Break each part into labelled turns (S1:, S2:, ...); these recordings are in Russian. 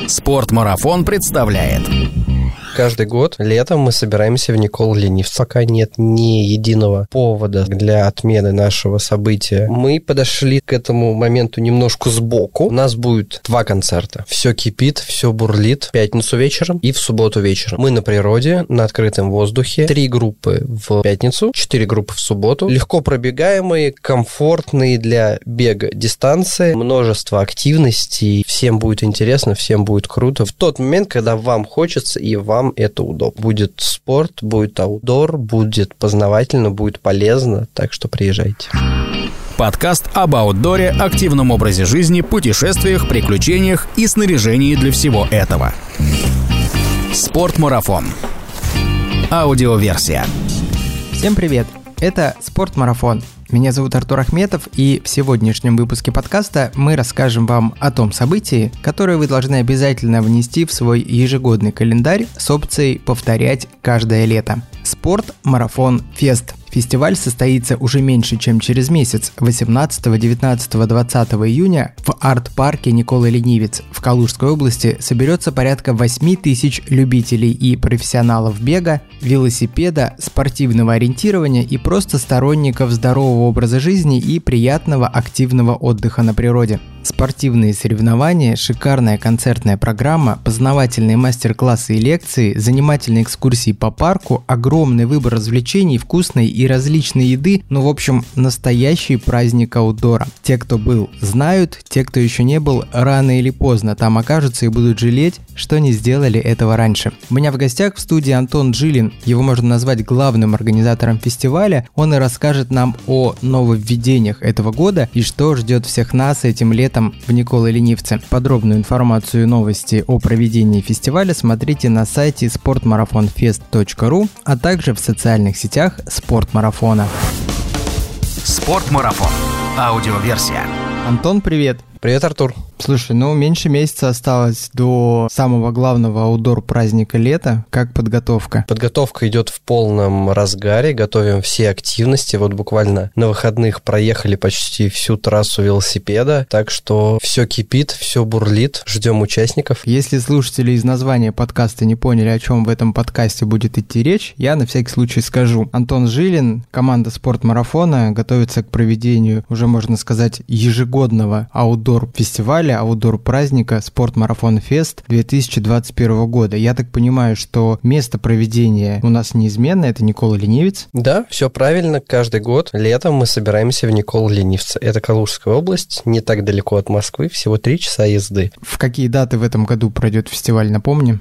S1: Спортмарафон представляет.
S2: Каждый год летом мы собираемся в Никола-Ленивца. Пока нет ни единого повода для отмены нашего события. Мы подошли к этому моменту немножко сбоку. У нас будет 2 концерта. Все кипит, все бурлит. В пятницу вечером и в субботу вечером. Мы на природе, на открытом воздухе. 3 группы в пятницу, 4 группы в субботу. Легко пробегаемые, комфортные для бега дистанции. Множество активностей. Всем будет интересно, всем будет круто. В тот момент, когда вам хочется и вам это удобно. Будет спорт, будет аутдор, будет познавательно, будет полезно, так что приезжайте.
S1: Подкаст об аутдоре, активном образе жизни, путешествиях, приключениях и снаряжении для всего этого. Спортмарафон. Аудиоверсия.
S3: Всем привет! Это Спортмарафон. Меня зовут Артур Ахметов, и в сегодняшнем выпуске подкаста мы расскажем вам о том событии, которое вы должны обязательно внести в свой ежегодный календарь с опцией «Повторять каждое лето». Спортмарафон Фест. Фестиваль состоится уже меньше, чем через месяц, 18, 19, 20 июня в арт-парке Никола-Ленивец в Калужской области соберется порядка 8 тысяч любителей и профессионалов бега, велосипеда, спортивного ориентирования и просто сторонников здорового образа жизни и приятного активного отдыха на природе. Спортивные соревнования, шикарная концертная программа, познавательные мастер-классы и лекции, занимательные экскурсии по парку, огромный выбор развлечений, вкусной и различной еды, в общем, настоящий праздник аутдора. Те, кто был, знают, те, кто еще не был, рано или поздно там окажутся и будут жалеть, что не сделали этого раньше. У меня в гостях в студии Антон Жилин, его можно назвать главным организатором фестиваля, он и расскажет нам о нововведениях этого года и что ждет всех нас этим летом в Никола-Ленивце. Подробную информацию и новости о проведении фестиваля смотрите на сайте sportmarafonfest.ru, а также в социальных сетях Спортмарафона.
S1: Спортмарафон. Аудиоверсия.
S3: Антон, привет!
S2: Привет, Артур.
S3: Слушай, меньше месяца осталось до самого главного аутдор праздника лета. Как подготовка?
S2: Подготовка идет в полном разгаре, готовим все активности. Вот буквально на выходных проехали почти всю трассу велосипеда, так что все кипит, все бурлит, ждем участников.
S3: Если слушатели из названия подкаста не поняли, о чем в этом подкасте будет идти речь, я на всякий случай скажу. Антон Жилин, команда Спортмарафона, готовится к проведению, уже можно сказать, ежегодного аутдор-фестиваля, аутдор-праздника Спортмарафон Фест 2021 года. Я так понимаю, что место проведения у нас неизменно, это Никола-Ленивец?
S2: Да, все правильно. Каждый год летом мы собираемся в Никола-Ленивце. Это Калужская область, не так далеко от Москвы, всего 3 часа езды.
S3: В какие даты в этом году пройдет фестиваль, напомним?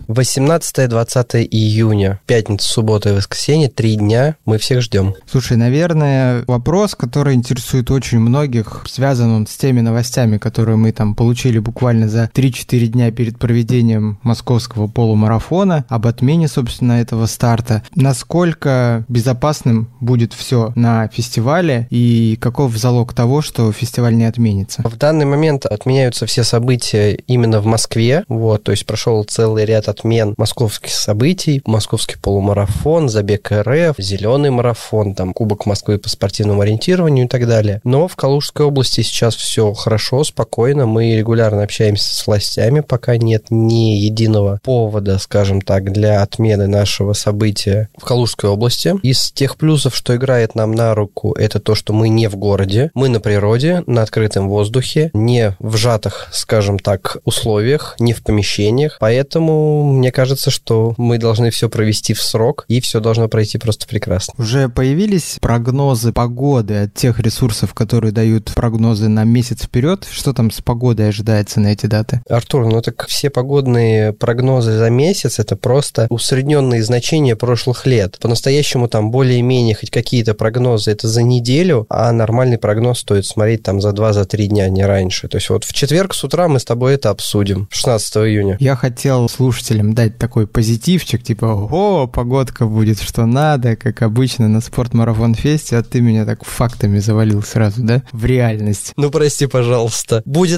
S2: 18-20 июня, пятница, суббота и воскресенье, 3 дня, мы всех ждем.
S3: Слушай, наверное, вопрос, который интересует очень многих, связан он с теми новостями, которые мы там получили буквально за 3-4 дня перед проведением московского полумарафона, об отмене, собственно, этого старта. Насколько безопасным будет все на фестивале и каков залог того, что фестиваль не отменится?
S2: В данный момент отменяются все события именно в Москве, то есть прошел целый ряд отмен московских событий, московский полумарафон, забег РФ, зеленый марафон, Кубок Москвы по спортивному ориентированию и так далее. Но в Калужской области сейчас все хорошо, спокойно, мы регулярно общаемся с властями, пока нет ни единого повода, скажем так, для отмены нашего события в Калужской области. Из тех плюсов, что играет нам на руку, это то, что мы не в городе, мы на природе, на открытом воздухе, не в сжатых, скажем так, условиях, не в помещениях, поэтому мне кажется, что мы должны все провести в срок, и все должно пройти просто прекрасно.
S3: Уже появились прогнозы погоды от тех ресурсов, которые дают прогнозы на месяц вперед? Что там с погодой ожидается на эти даты?
S2: Артур, так все погодные прогнозы за месяц — это просто усредненные значения прошлых лет. По-настоящему более-менее хоть какие-то прогнозы — это за неделю, а нормальный прогноз стоит смотреть за 2-3 дня, не раньше. То есть в четверг с утра мы с тобой это обсудим, 16 июня.
S3: Я хотел слушателям дать такой позитивчик, ого, погодка будет что надо, как обычно на Спортмарафон-фесте, а ты меня так фактами завалил сразу, да? В реальность.
S2: Прости, пожалуйста. Будет лето,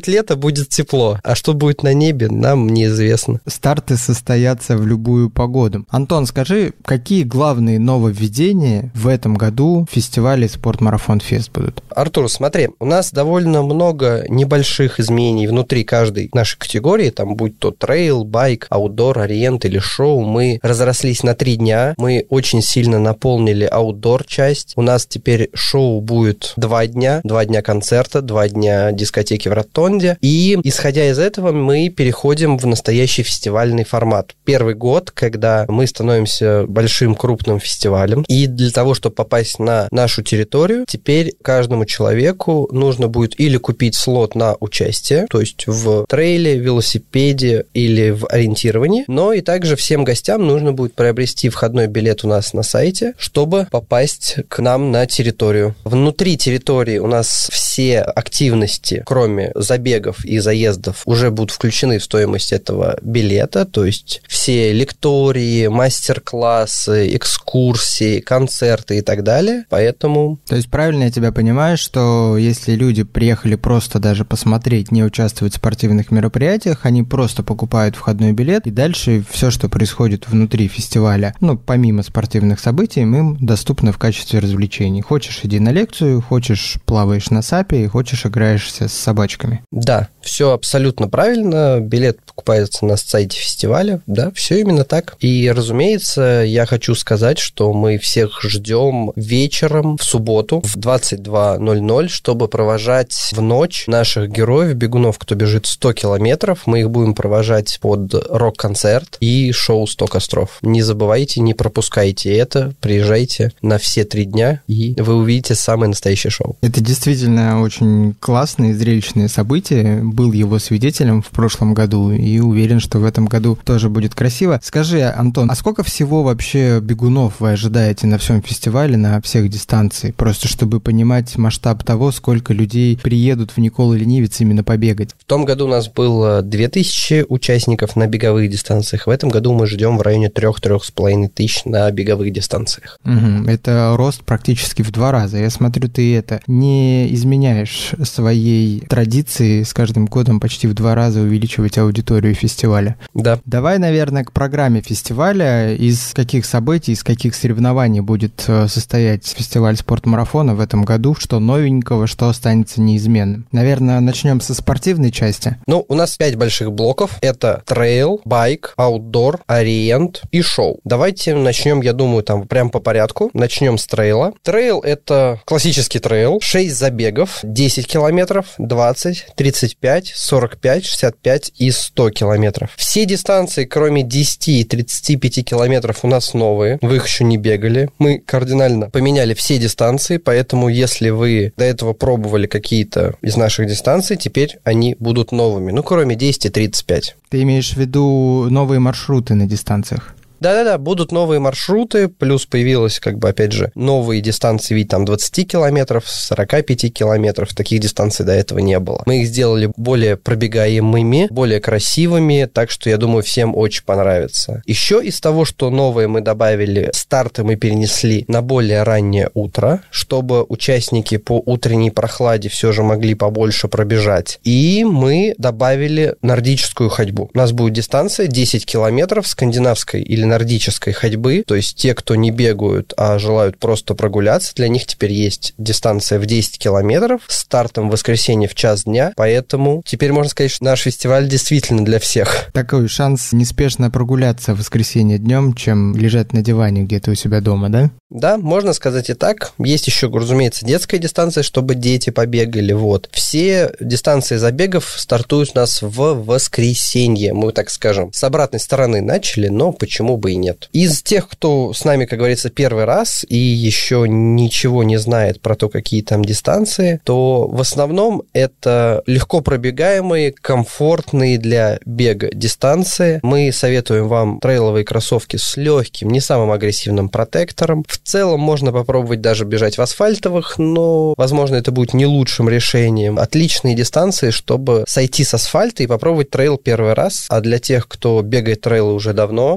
S2: будет тепло. А что будет на небе, нам неизвестно.
S3: Старты состоятся в любую погоду. Антон, скажи, какие главные нововведения в этом году в фестивале «Спортмарафон Фест» будут?
S2: Артур, смотри, у нас довольно много небольших изменений внутри каждой нашей категории, там будь то трейл, байк, аутдор, ориент или шоу. Мы разрослись на 3 дня, мы очень сильно наполнили аутдор-часть. У нас теперь шоу будет 2 дня, 2 дня концерта, 2 дня дискотеки в Ротонде. И, исходя из этого, мы переходим в настоящий фестивальный формат. Первый год, когда мы становимся большим крупным фестивалем, и для того, чтобы попасть на нашу территорию, теперь каждому человеку нужно будет или купить слот на участие, то есть в трейле, велосипеде или в ориентировании, но и также всем гостям нужно будет приобрести входной билет у нас на сайте, чтобы попасть к нам на территорию. Внутри территории у нас все активности, кроме забегов и заездов, уже будут включены в стоимость этого билета, то есть все лектории, мастер-классы, экскурсии, концерты и так далее, поэтому...
S3: То есть правильно я тебя понимаю, что если люди приехали просто даже посмотреть, не участвовать в спортивных мероприятиях, они просто покупают входной билет, и дальше все, что происходит внутри фестиваля, помимо спортивных событий, им доступно в качестве развлечений. Хочешь, иди на лекцию, хочешь, плаваешь на сапе, хочешь, играешься с собачками.
S2: Да, все абсолютно правильно. Билет покупается на сайте фестиваля. Да, все именно так. И, разумеется, я хочу сказать, что мы всех ждем вечером в субботу в 22:00, чтобы провожать в ночь наших героев, бегунов, кто бежит 100 километров. Мы их будем провожать под рок-концерт и шоу «100 костров». Не забывайте, не пропускайте это. Приезжайте на все 3 дня, и вы увидите самое настоящее шоу.
S3: Это действительно очень классное и зрелищное событие. Был его свидетелем в прошлом году и уверен, что в этом году тоже будет красиво. Скажи, Антон, а сколько всего вообще бегунов вы ожидаете на всем фестивале, на всех дистанциях? Просто чтобы понимать масштаб того, сколько людей приедут в Никола-Ленивец именно побегать.
S2: В том году у нас было 2000 участников на беговых дистанциях. В этом году мы ждем в районе 3-3,5 тысяч на беговых дистанциях.
S3: Угу. Это рост практически в 2 раза. Я смотрю, ты не изменяешь своей традиции с каждым годом почти в 2 раза увеличивать аудиторию фестиваля.
S2: Да.
S3: Давай, наверное, к программе фестиваля. Из каких событий, из каких соревнований будет состоять фестиваль спортмарафона в этом году? Что новенького, что останется неизменным? Наверное, начнем со спортивной части.
S2: У нас 5 больших блоков. Это трейл, байк, аутдор, ориент и шоу. Давайте начнем, я думаю, прям по порядку. Начнем с трейла. Трейл — это классический трейл. 6 забегов, 10 километров, 20, 35, 45, 65 и 100 километров. Все дистанции, кроме 10 и 35 километров, у нас новые. Вы их еще не бегали. Мы кардинально поменяли все дистанции, поэтому если вы до этого пробовали какие-то из наших дистанций, теперь они будут новыми. Кроме 10 и 35.
S3: Ты имеешь в виду новые маршруты на дистанциях?
S2: Да-да-да, будут новые маршруты, плюс появилось, опять же, новые дистанции, ведь 20 километров, 45 километров, таких дистанций до этого не было. Мы их сделали более пробегаемыми, более красивыми, так что, я думаю, всем очень понравится. Еще из того, что новое мы добавили, старты мы перенесли на более раннее утро, чтобы участники по утренней прохладе все же могли побольше пробежать. И мы добавили нордическую ходьбу. У нас будет дистанция 10 километров скандинавской или нордической ходьбы, то есть те, кто не бегают, а желают просто прогуляться, для них теперь есть дистанция в 10 километров с стартом в воскресенье в 1:00 дня, поэтому теперь можно сказать, что наш фестиваль действительно для всех.
S3: Такой шанс неспешно прогуляться в воскресенье днем, чем лежать на диване где-то у себя дома, да?
S2: Да, можно сказать и так. Есть еще, разумеется, детская дистанция, чтобы дети побегали. Все дистанции забегов стартуют у нас в воскресенье. Мы, так скажем, с обратной стороны начали, но почему бы и нет. Из тех, кто с нами, как говорится, первый раз и еще ничего не знает про то, какие там дистанции, то в основном это легко пробегаемые, комфортные для бега дистанции. Мы советуем вам трейловые кроссовки с легким, не самым агрессивным протектором. В целом можно попробовать даже бежать в асфальтовых, но, возможно, это будет не лучшим решением. Отличные дистанции, чтобы сойти с асфальта и попробовать трейл первый раз. А для тех, кто бегает трейлы уже давно, попробовать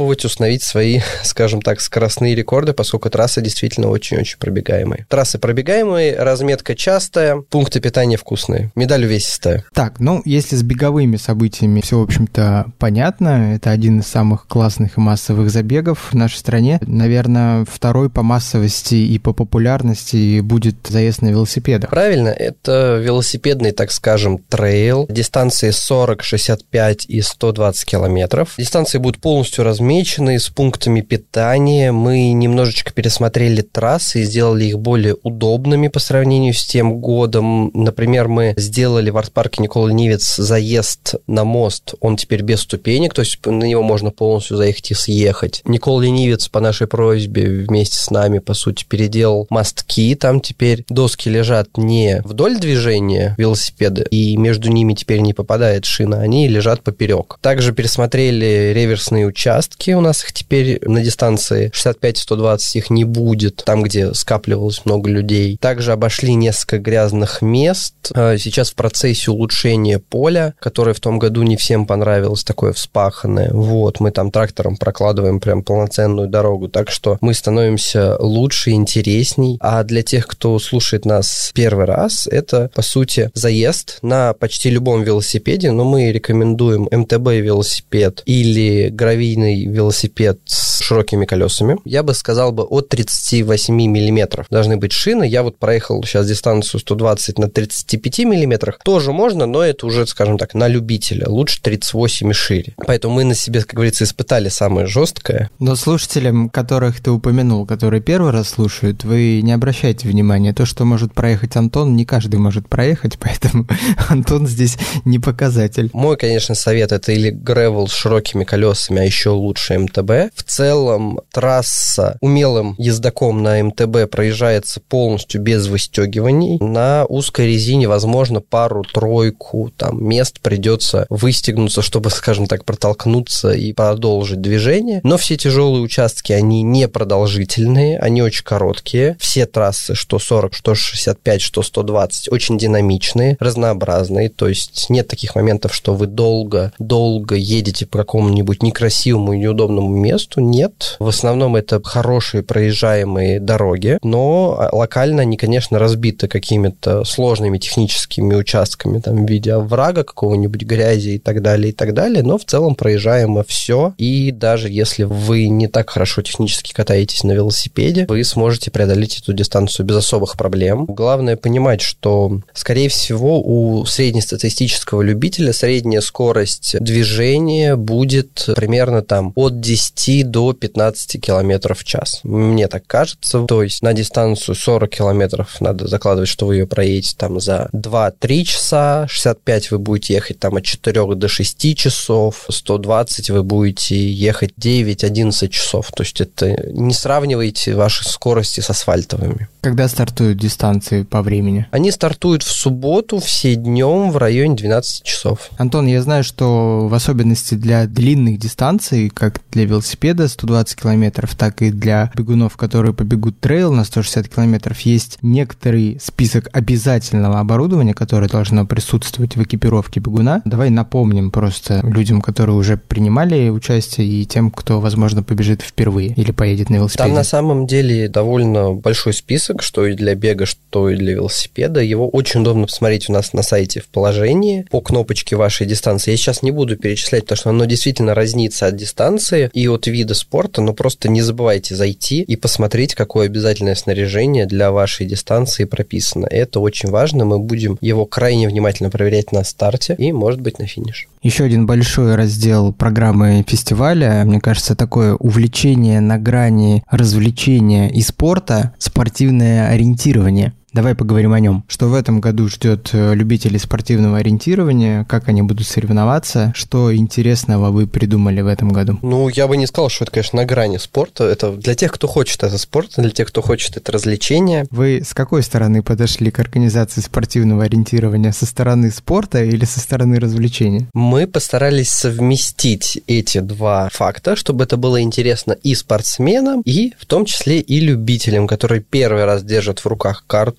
S2: попробовать установить свои, скажем так, скоростные рекорды, поскольку трассы действительно очень-очень пробегаемые. Трассы пробегаемые, разметка частая, пункты питания вкусные, медаль увесистая.
S3: Так, если с беговыми событиями все, в общем-то, понятно, это один из самых классных и массовых забегов в нашей стране. Наверное, второй по массовости и по популярности будет заезд на велосипедах.
S2: Правильно, это велосипедный, так скажем, трейл, дистанции 40, 65 и 120 километров. Дистанции будут полностью размечены с пунктами питания. Мы немножечко пересмотрели трассы и сделали их более удобными по сравнению с тем годом. Например, мы сделали в арт-парке Никола Нивец заезд на мост, он теперь без ступенек, то есть на него можно полностью заехать и съехать. Никола Ленивец по нашей просьбе вместе с нами, по сути, переделал мостки, там теперь доски лежат не вдоль движения велосипеда, и между ними теперь не попадает шина, они лежат поперек. Также пересмотрели реверсные участки, у нас их теперь на дистанции 65-120 их не будет, там, где скапливалось много людей. Также обошли несколько грязных мест. Сейчас в процессе улучшения поля, которое в том году не всем понравилось, такое вспаханное. Вот, мы там трактором прокладываем прям полноценную дорогу, так что мы становимся лучше, интересней. А для тех, кто слушает нас первый раз, это, по сути, заезд на почти любом велосипеде, но мы рекомендуем МТБ-велосипед или гравийный велосипед с широкими колесами. Я бы сказал от 38 миллиметров должны быть шины. Я вот проехал сейчас дистанцию 120 на 35 миллиметрах. Тоже можно, но это уже, скажем так, на любителя. Лучше 38 и шире. Поэтому мы на себе, как говорится, испытали самое жесткое.
S3: Но слушателям, которых ты упомянул, которые первый раз слушают, вы не обращайте внимания. То, что может проехать Антон, не каждый может проехать, поэтому Антон здесь не показатель.
S2: Мой, конечно, совет — это или гревел с широкими колесами, а еще лучше МТБ. В целом, трасса умелым ездаком на МТБ проезжается полностью без выстегиваний. На узкой резине, возможно, пару-тройку там мест придется выстегнуться, чтобы, скажем так, протолкнуться и продолжить движение. Но все тяжелые участки, они не продолжительные, они очень короткие. Все трассы, что 40, что 65, что 120, очень динамичные, разнообразные. То есть нет таких моментов, что вы долго едете по какому-нибудь некрасивому и неудобному месту. Нет. В основном это хорошие проезжаемые дороги, но локально они, конечно, разбиты какими-то сложными техническими участками, там, в виде оврага, какого-нибудь грязи и так далее, но в целом проезжаемо все, и даже если вы не так хорошо технически катаетесь на велосипеде, вы сможете преодолеть эту дистанцию без особых проблем. Главное понимать, что, скорее всего, у среднестатистического любителя средняя скорость движения будет примерно там от 10 до 15 километров в час. Мне так кажется. То есть на дистанцию 40 километров надо закладывать, что вы ее проедете там за 2-3 часа, 65 вы будете ехать там от 4 до 6 часов, 120 вы будете ехать 9-11 часов. То есть это не сравнивайте ваши скорости с асфальтовыми.
S3: Когда стартуют дистанции по времени?
S2: Они стартуют в субботу все днем в районе 12 часов.
S3: Антон, я знаю, что в особенности для длинных дистанций, как для велосипеда 120 километров, так и для бегунов, которые побегут трейл на 160 километров, есть некоторый список обязательного оборудования, которое должно присутствовать в экипировке бегуна. Давай напомним просто людям, которые уже принимали участие, и тем, кто, возможно, побежит впервые или поедет на велосипеде.
S2: Там на самом деле довольно большой список, что и для бега, что и для велосипеда. Его очень удобно посмотреть у нас на сайте в положении по кнопочке вашей дистанции. Я сейчас не буду перечислять, потому что оно действительно разнится от дистанции и от вида спорта, но просто не забывайте зайти и посмотреть, какое обязательное снаряжение для вашей дистанции прописано. Это очень важно, мы будем его крайне внимательно проверять на старте и, может быть, на финише.
S3: Еще один большой раздел программы фестиваля, мне кажется, такое увлечение на грани развлечения и спорта, спортивное ориентирование. Давай поговорим о нем. Что в этом году ждет любителей спортивного ориентирования, как они будут соревноваться, что интересного вы придумали в этом году?
S2: Ну, я бы не сказал, что это, конечно, на грани спорта. Это для тех, кто хочет это спорт, для тех, кто хочет это развлечение.
S3: Вы с какой стороны подошли к организации спортивного ориентирования? Со стороны спорта или со стороны развлечения?
S2: Мы постарались совместить эти два факта, чтобы это было интересно и спортсменам, и в том числе и любителям, которые первый раз держат в руках карту,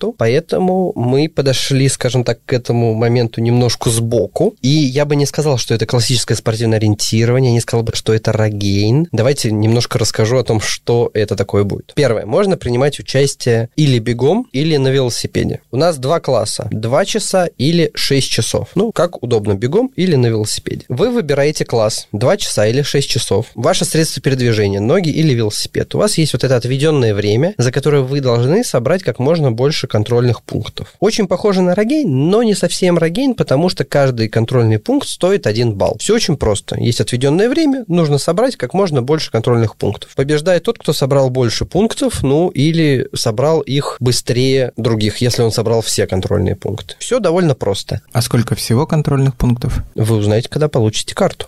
S2: спорту, поэтому мы подошли, скажем так, к этому моменту немножко сбоку. И я бы не сказал, что это классическое спортивное ориентирование, не сказал бы, что это рогейн. Давайте немножко расскажу о том, что это такое будет. Первое. Можно принимать участие или бегом, или на велосипеде. У нас 2 класса. 2 часа или 6 часов. Как удобно, бегом или на велосипеде. Вы выбираете класс 2 часа или 6 часов. Ваше средство передвижения, ноги или велосипед. У вас есть вот это отведенное время, за которое вы должны собрать как можно больше контрольных пунктов. Очень похоже на рогейн, но не совсем рогейн, потому что каждый контрольный пункт стоит 1 балл. Все очень просто. Есть отведенное время, нужно собрать как можно больше контрольных пунктов. Побеждает тот, кто собрал больше пунктов, или собрал их быстрее других, если он собрал все контрольные пункты. Все довольно просто.
S3: А сколько всего контрольных пунктов?
S2: Вы узнаете, когда получите карту.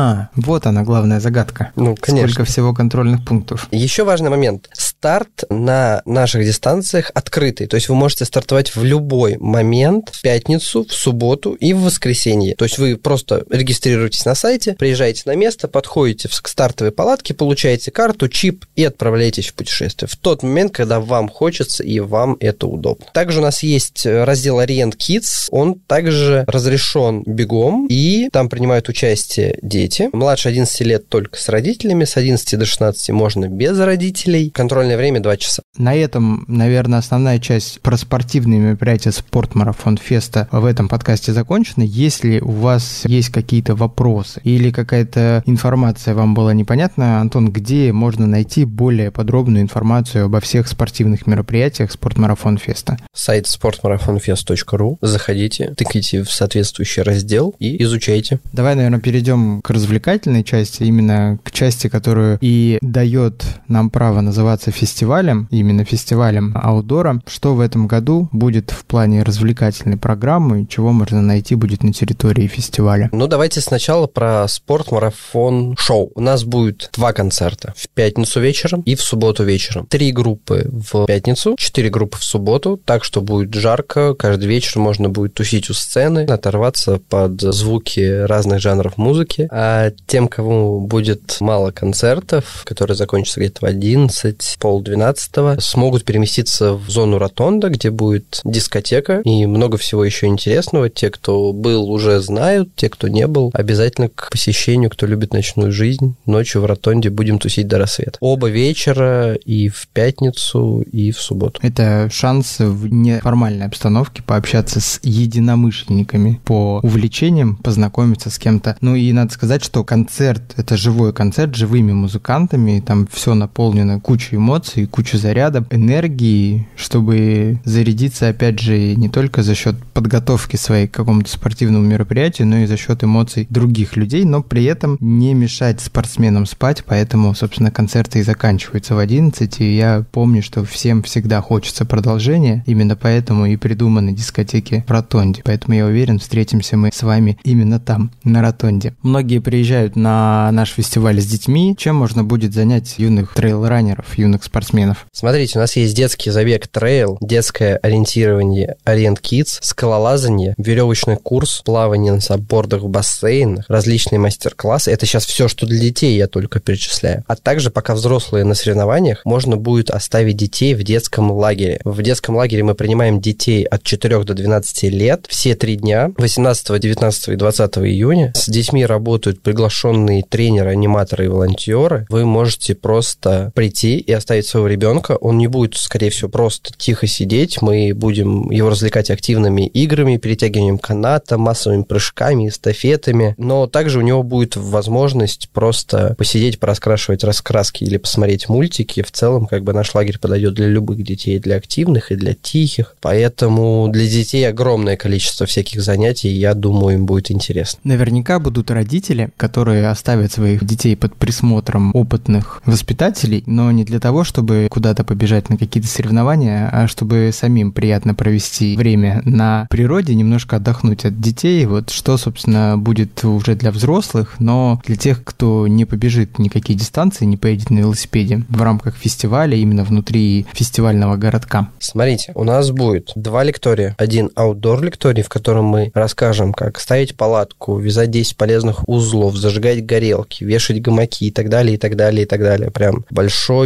S3: Вот она, главная загадка.
S2: Конечно.
S3: Сколько всего контрольных пунктов?
S2: Еще важный момент. Старт на наших дистанциях открытый. То есть вы можете стартовать в любой момент, в пятницу, в субботу и в воскресенье. То есть вы просто регистрируетесь на сайте, приезжаете на место, подходите к стартовой палатке, получаете карту, чип и отправляетесь в путешествие. В тот момент, когда вам хочется и вам это удобно. Также у нас есть раздел Orient Kids. Он также разрешен бегом, и там принимают участие дети. Младше 11 лет только с родителями, с 11 до 16 можно без родителей. Контрольное время 2 часа.
S3: На этом, наверное, основная часть про спортивные мероприятия «Спортмарафон Феста» в этом подкасте закончена. Если у вас есть какие-то вопросы или какая-то информация вам была непонятна, Антон, где можно найти более подробную информацию обо всех спортивных мероприятиях «Спортмарафон Феста»?
S2: Сайт sportmarafonfest.ru. Заходите, тыкайте в соответствующий раздел и изучайте.
S3: Давай, наверное, перейдем к развлекательной части, именно к части, которую и дает нам право называться фестивалем, именно фестивалем аутдора. Что в этом году будет в плане развлекательной программы, чего можно найти будет на территории фестиваля?
S2: Давайте сначала про спортмарафон шоу. У нас будет 2 концерта. В пятницу вечером и в субботу вечером. 3 группы в пятницу, 4 группы в субботу, так что будет жарко. Каждый вечер можно будет тусить у сцены, оторваться под звуки разных жанров музыки. А тем, кому будет мало концертов, которые закончатся где-то в 11, пол-12, смогут переместиться в зону ротонда, где будет дискотека и много всего еще интересного. Те, кто был, уже знают, те, кто не был, обязательно к посещению, кто любит ночную жизнь. Ночью в ротонде будем тусить до рассвета. Оба вечера, и в пятницу, и в субботу.
S3: Это шанс в неформальной обстановке пообщаться с единомышленниками по увлечениям, познакомиться с кем-то. И надо сказать, что концерт — это живой концерт, живыми музыкантами, там все наполнено кучей эмоций, кучей зарядов, энергии, чтобы зарядиться, опять же, не только за счет подготовки своей к какому-то спортивному мероприятию, но и за счет эмоций других людей, но при этом не мешать спортсменам спать, поэтому, собственно, концерты и заканчиваются в 11, и я помню, что всем всегда хочется продолжения, именно поэтому и придуманы дискотеки в ротонде, поэтому я уверен, встретимся мы с вами именно там, на ротонде. Многие приезжают на наш фестиваль с детьми. Чем можно будет занять юных трейл-раннеров, юных спортсменов?
S2: Смотрите, у нас есть детский забег трейл, детское ориентирование Orient Kids, скалолазание, веревочный курс, плавание на саббордах в бассейнах, различные мастер-классы. Это сейчас все, что для детей я только перечисляю. А также, пока взрослые на соревнованиях, можно будет оставить детей в детском лагере. В детском лагере мы принимаем детей от 4 до 12 лет все 3 дня, 18, 19 и 20 июня. С детьми работают приглашенные тренеры, аниматоры и волонтеры. Вы можете просто прийти и оставить своего ребенка. Он не будет, скорее всего, просто тихо сидеть. Мы будем его развлекать активными играми, перетягиванием каната, массовыми прыжками, эстафетами. Но также у него будет возможность просто посидеть, пораскрашивать раскраски или посмотреть мультики. В целом, наш лагерь подойдет для любых детей, для активных и для тихих. Поэтому для детей огромное количество всяких занятий. Я думаю, им будет интересно.
S3: Наверняка будут родители, которые оставят своих детей под присмотром опытных воспитателей, но не для того, чтобы куда-то побежать на какие-то соревнования, а чтобы самим приятно провести время на природе, немножко отдохнуть от детей. Что, собственно, будет уже для взрослых, но для тех, кто не побежит никакие дистанции, не поедет на велосипеде в рамках фестиваля, именно внутри фестивального городка.
S2: Смотрите, у нас будет 2 лектория. Один аутдор-лекторий, в котором мы расскажем, как ставить палатку, вязать 10 полезных узлов, зажигать горелки, вешать гамаки и так далее, и так далее, и так далее. Прям большой блок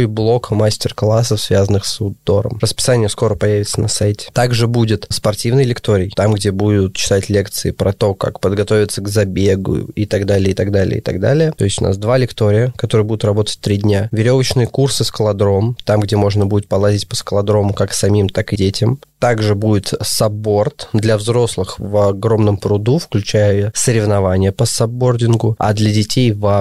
S2: много мастер-классов, связанных с аутдором. Расписание скоро появится на сайте. Также будет спортивный лекторий, там, где будут читать лекции про то, как подготовиться к забегу и так далее, и так далее, и так далее. То есть у нас 2 лектория, которые будут работать 3 дня. Веревочные курсы скалодром, там, где можно будет полазить по скалодрому как самим, так и детям. Также будет сабборд для взрослых в огромном пруду, включая соревнования по саббордингу, а для детей в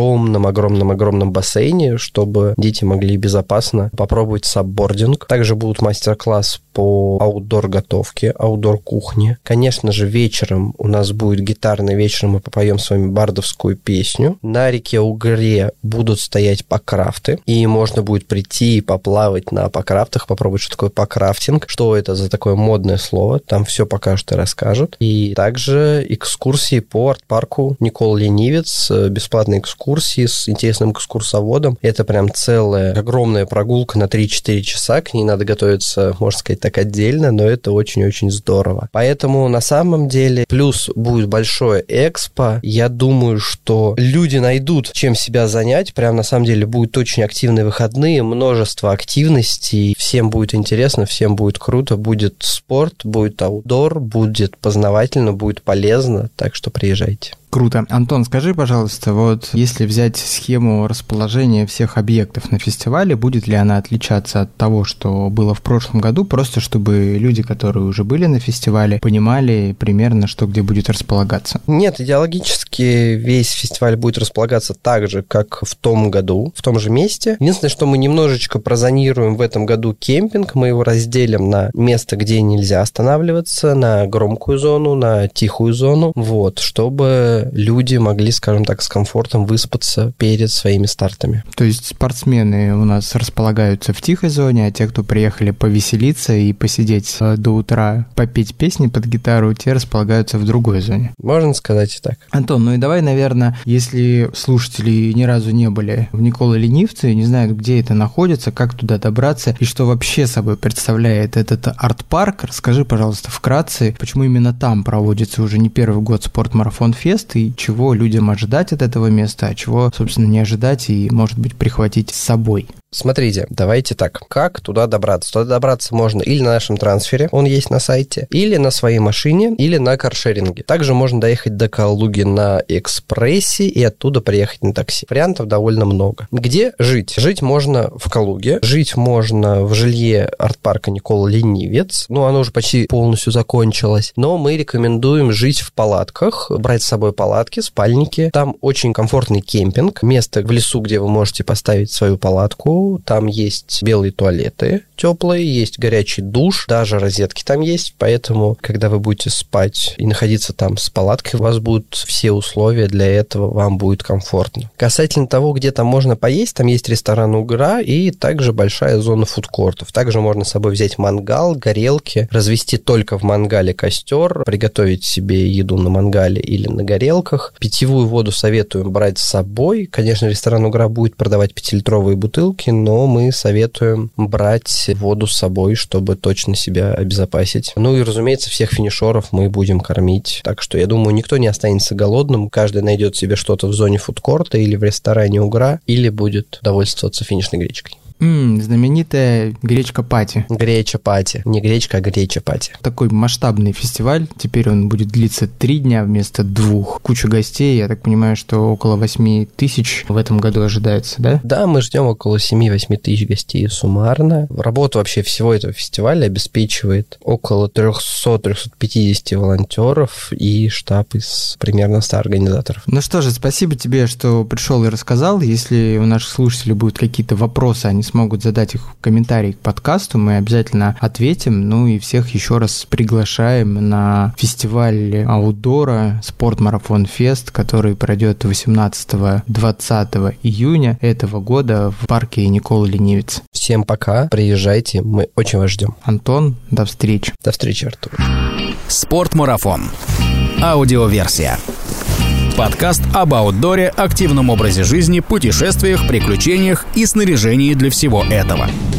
S2: огромном бассейне, чтобы дети могли безопасно попробовать саббординг. Также будет мастер-класс по аутдор-готовке, аутдор-кухне. Конечно же, вечером у нас будет гитарный вечер, мы попоем с вами бардовскую песню. На реке Угре будут стоять покрафты, и можно будет прийти и поплавать на покрафтах, попробовать, что такое покрафтинг, что это за такое модное слово, там все покажут и расскажут. И также экскурсии по арт-парку Никола Ленивец, бесплатные экскурсии с интересным экскурсоводом. Это прям целая огромная прогулка на 3-4 часа, к ней надо готовиться, можно сказать, так отдельно, но это очень-очень здорово. Поэтому на самом деле плюс будет большое экспо. Я думаю, что люди найдут, чем себя занять. Прям на самом деле будут очень активные выходные, множество активностей. Всем будет интересно, всем будет круто. Будет спорт, будет аутдор, будет познавательно, будет полезно. Так что приезжайте.
S3: Круто. Антон, скажи, пожалуйста, вот если взять схему расположения всех объектов на фестивале, будет ли она отличаться от того, что было в прошлом году, просто чтобы люди, которые уже были на фестивале, понимали примерно, что где будет располагаться?
S2: Нет, идеологически весь фестиваль будет располагаться так же, как в том году, в том же месте. Единственное, что мы немножечко прозонируем в этом году кемпинг, мы его разделим на место, где нельзя останавливаться, на громкую зону, на тихую зону, вот, чтобы люди могли, скажем так, с комфортом выспаться перед своими стартами.
S3: То есть спортсмены у нас располагаются в тихой зоне, а те, кто приехали повеселиться и посидеть до утра, попеть песни под гитару, те располагаются в другой зоне.
S2: Можно сказать и так.
S3: Антон, ну и давай, наверное, если слушатели ни разу не были в Никола Ленивце и не знают, где это находится, как туда добраться и что вообще собой представляет этот арт-парк, расскажи, пожалуйста, вкратце, почему именно там проводится уже не первый год спорт-марафон фест, и чего людям ожидать от этого места, а чего, собственно, не ожидать и, может быть, прихватить с собой.
S2: Смотрите, давайте так. Как туда добраться? Туда добраться можно или на нашем трансфере, он есть на сайте, или на своей машине, или на каршеринге. Также можно доехать до Калуги на экспрессе и оттуда приехать на такси. Вариантов довольно много. Где жить? Жить можно в Калуге, жить можно в жилье арт-парка Никола Ленивец. Ну, оно уже почти полностью закончилось. Но мы рекомендуем жить в палатках, брать с собой палатки, спальники. Там очень комфортный кемпинг. Место в лесу, где вы можете поставить свою палатку. Там есть белые туалеты теплые, есть горячий душ, даже розетки там есть, поэтому, когда вы будете спать и находиться там с палаткой, у вас будут все условия для этого, вам будет комфортно. Касательно того, где там можно поесть, там есть ресторан «Угра» и также большая зона фудкортов. Также можно с собой взять мангал, горелки, развести только в мангале костер, приготовить себе еду на мангале или на горелках. Питьевую воду советуем брать с собой. Конечно, ресторан «Угра» будет продавать 5-литровые бутылки, но мы советуем брать воду с собой, чтобы точно себя обезопасить. Ну и, разумеется, всех финишеров мы будем кормить. Так что, я думаю, никто не останется голодным. Каждый найдет себе что-то в зоне фудкорта или в ресторане «Угра», или будет довольствоваться финишной гречкой.
S3: Знаменитая гречка пати.
S2: Греча пати. Не гречка, а греча пати.
S3: Такой масштабный фестиваль. Теперь он будет длиться 3 дня вместо 2. Куча гостей. Я так понимаю, что около 8 тысяч в этом году ожидается, да?
S2: Да, мы ждем около 7-8 тысяч гостей суммарно. Работу вообще всего этого фестиваля обеспечивает около 300-350 волонтеров и штаб из примерно 100 организаторов.
S3: Ну что же, спасибо тебе, что пришел и рассказал. Если у наших слушателей будут какие-то вопросы, они смогут задать их в комментарии к подкасту, мы обязательно ответим. Ну и всех еще раз приглашаем на фестиваль аутдора «Спорт-марафон фест», который пройдет 18-20 июня этого года в парке Никола Ленивец.
S2: Всем пока, приезжайте, мы очень вас ждем.
S3: Антон, до встречи.
S2: До встречи, Артур.
S1: «Спорт-марафон». Аудиоверсия. Подкаст об аутдоре, активном образе жизни, путешествиях, приключениях и снаряжении для всего этого.